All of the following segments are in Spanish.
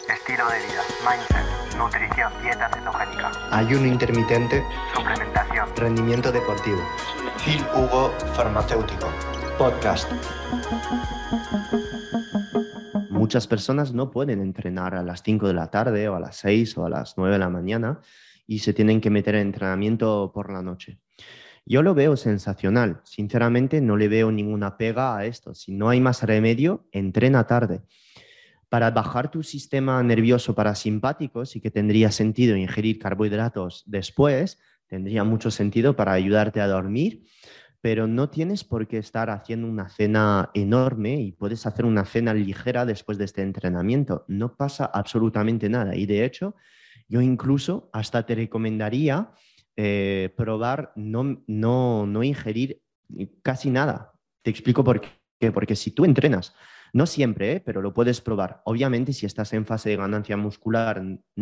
estilo de vida, mindset, nutrición, dieta cetogénica, ayuno intermitente, suplementación, rendimiento deportivo. Phil Hugo Farmacéutico, podcast. Muchas personas no pueden entrenar a las 5 de la tarde o a las 6 o a las 9 de la mañana y se tienen que meter en entrenamiento por la noche. Yo lo veo sensacional. Sinceramente, no le veo ninguna pega a esto. Si no hay más remedio, entrena tarde. Para bajar tu sistema nervioso parasimpático, sí que tendría sentido ingerir carbohidratos después, tendría mucho sentido para ayudarte a dormir, pero no tienes por qué estar haciendo una cena enorme y puedes hacer una cena ligera después de este entrenamiento. No pasa absolutamente nada. Y de hecho, yo incluso hasta te recomendaría probar no ingerir casi nada. Te explico por qué. Porque si tú entrenas, no siempre, pero lo puedes probar. Obviamente, si estás en fase de ganancia muscular,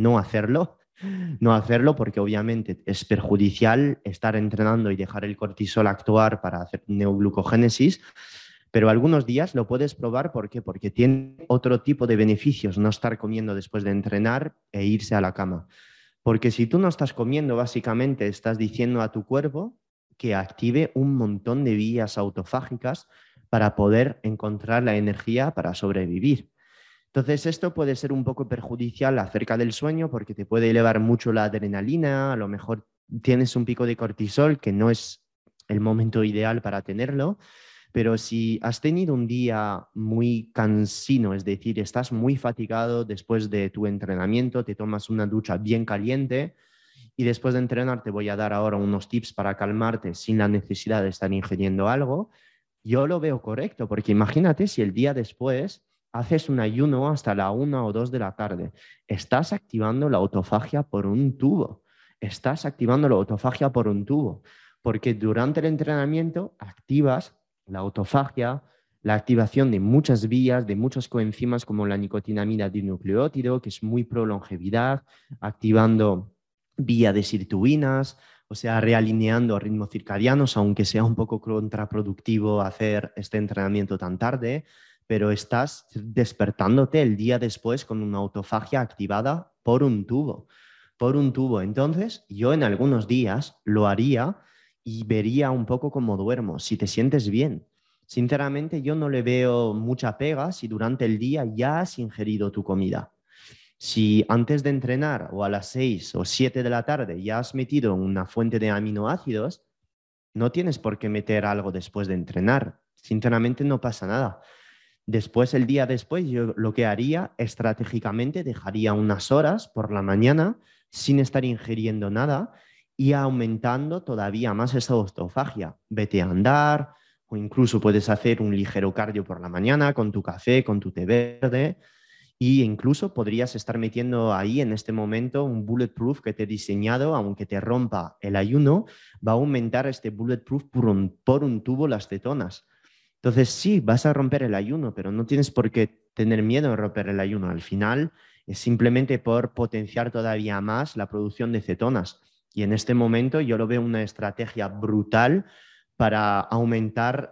no hacerlo porque obviamente es perjudicial estar entrenando y dejar el cortisol actuar para hacer neoglucogénesis, pero algunos días lo puedes probar. ¿Por qué? Porque tiene otro tipo de beneficios no estar comiendo después de entrenar e irse a la cama. Porque si tú no estás comiendo, básicamente estás diciendo a tu cuerpo que active un montón de vías autofágicas para poder encontrar la energía para sobrevivir. Entonces, esto puede ser un poco perjudicial acerca del sueño porque te puede elevar mucho la adrenalina, a lo mejor tienes un pico de cortisol que no es el momento ideal para tenerlo, pero si has tenido un día muy cansino, es decir, estás muy fatigado después de tu entrenamiento, te tomas una ducha bien caliente y después de entrenar te voy a dar ahora unos tips para calmarte sin la necesidad de estar ingiriendo algo, yo lo veo correcto, porque imagínate si el día después haces un ayuno hasta la 1 o 2 de la tarde. Estás activando la autofagia por un tubo. Estás activando la autofagia por un tubo, porque durante el entrenamiento activas la autofagia, la activación de muchas vías, de muchas coenzimas como la nicotinamida dinucleótido, que es muy pro longevidad, activando vía de sirtuinas, o sea, realineando ritmos circadianos, aunque sea un poco contraproductivo hacer este entrenamiento tan tarde, pero estás despertándote el día después con una autofagia activada por un tubo, por un tubo. Entonces, yo en algunos días lo haría y vería un poco cómo duermo, si te sientes bien. Sinceramente, yo no le veo mucha pega si durante el día ya has ingerido tu comida. Si antes de entrenar o a las 6 o 7 de la tarde ya has metido una fuente de aminoácidos, no tienes por qué meter algo después de entrenar. Sinceramente no pasa nada. Después, el día después, yo lo que haría estratégicamente, dejaría unas horas por la mañana sin estar ingiriendo nada y aumentando todavía más esa autofagia. Vete a andar o incluso puedes hacer un ligero cardio por la mañana con tu café, con tu té verde. Y incluso podrías estar metiendo ahí en este momento un bulletproof que te he diseñado, aunque te rompa el ayuno, va a aumentar este bulletproof por un tubo las cetonas. Entonces sí, vas a romper el ayuno, pero no tienes por qué tener miedo de romper el ayuno. Al final es simplemente por potenciar todavía más la producción de cetonas. Y en este momento yo lo veo una estrategia brutal para aumentar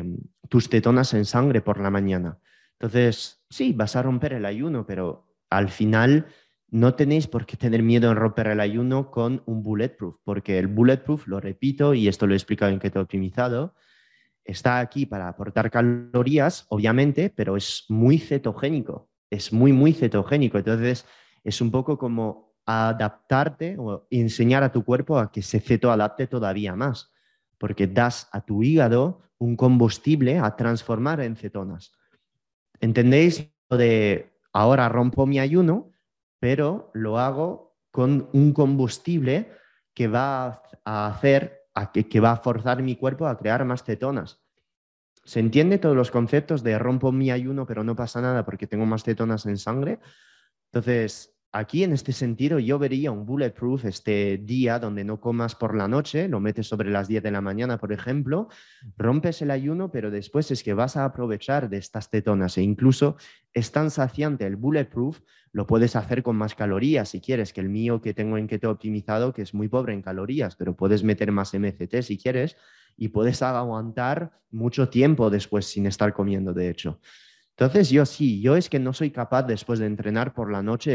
tus cetonas en sangre por la mañana. Entonces, sí, vas a romper el ayuno, pero al final no tenéis por qué tener miedo en romper el ayuno con un bulletproof, porque el bulletproof, lo repito, y esto lo he explicado en Keto Optimizado, está aquí para aportar calorías, obviamente, pero es muy cetogénico, es muy, muy cetogénico. Entonces, es un poco como adaptarte o enseñar a tu cuerpo a que se cetoadapte todavía más, porque das a tu hígado un combustible a transformar en cetonas. ¿Entendéis? Lo de ahora rompo mi ayuno, pero lo hago con un combustible que va a hacer, que va a forzar mi cuerpo a crear más cetonas. ¿Se entiende todos los conceptos de rompo mi ayuno, pero no pasa nada porque tengo más cetonas en sangre? Entonces, aquí en este sentido yo vería un bulletproof este día donde no comas por la noche, lo metes sobre las 10 de la mañana, por ejemplo, rompes el ayuno, pero después es que vas a aprovechar de estas cetonas e incluso es tan saciante el bulletproof, lo puedes hacer con más calorías si quieres, que el mío que tengo en Keto Optimizado, que es muy pobre en calorías, pero puedes meter más MCT si quieres y puedes aguantar mucho tiempo después sin estar comiendo, de hecho. Entonces yo es que no soy capaz después de entrenar por la noche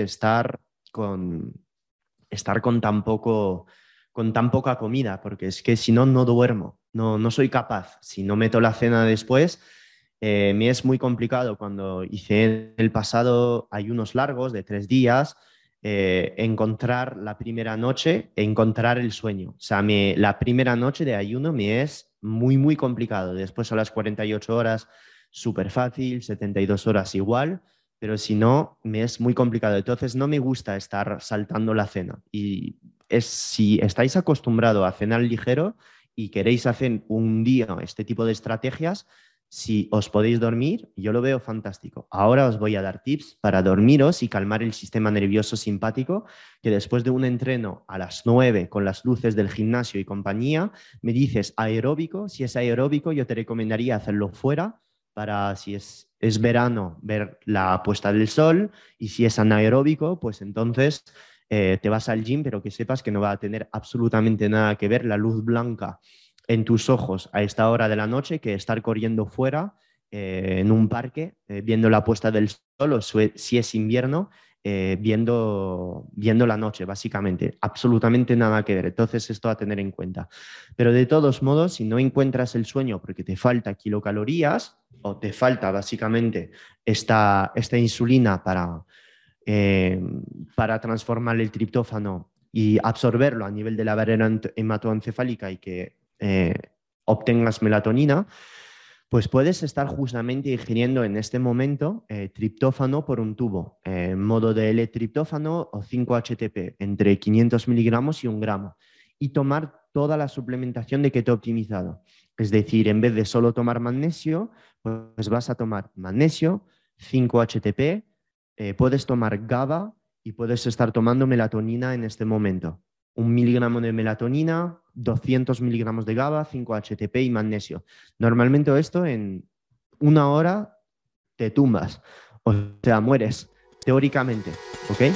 estar con con tan poca comida, porque es que si no, no duermo, no soy capaz. Si no meto la cena después, me es muy complicado. Cuando hice en el pasado ayunos largos de 3 días, encontrar la primera noche, encontrar el sueño. O sea, la primera noche de ayuno me es muy, muy complicado. Después a las 48 horas, súper fácil, 72 horas igual, pero si no, me es muy complicado. Entonces no me gusta estar saltando la cena. Y si estáis acostumbrados a cenar ligero y queréis hacer un día este tipo de estrategias, si os podéis dormir, yo lo veo fantástico. Ahora os voy a dar tips para dormiros y calmar el sistema nervioso simpático, que después de un entreno a las 9 con las luces del gimnasio y compañía, me dices aeróbico. Si es aeróbico, yo te recomendaría hacerlo fuera para, si es verano, ver la puesta del sol, y si es anaeróbico, pues entonces te vas al gym, pero que sepas que no va a tener absolutamente nada que ver la luz blanca en tus ojos a esta hora de la noche que estar corriendo fuera en un parque viendo la puesta del sol, o si es invierno, viendo la noche, básicamente. Absolutamente nada que ver. Entonces, esto a tener en cuenta. Pero de todos modos, si no encuentras el sueño porque te falta kilocalorías o te falta básicamente esta insulina para transformar el triptófano y absorberlo a nivel de la barrera hematoencefálica y que obtengas melatonina, pues puedes estar justamente ingiriendo en este momento triptófano por un tubo, modo de L-triptófano o 5-HTP, entre 500 miligramos y 1 gramo, y tomar toda la suplementación de keto optimizado. Es decir, en vez de solo tomar magnesio, pues vas a tomar magnesio, 5-HTP, puedes tomar GABA y puedes estar tomando melatonina en este momento. 1 miligramo de melatonina, 200 miligramos de GABA, 5-HTP y magnesio. Normalmente esto en 1 hora te tumbas, o sea, mueres, teóricamente, ¿ok?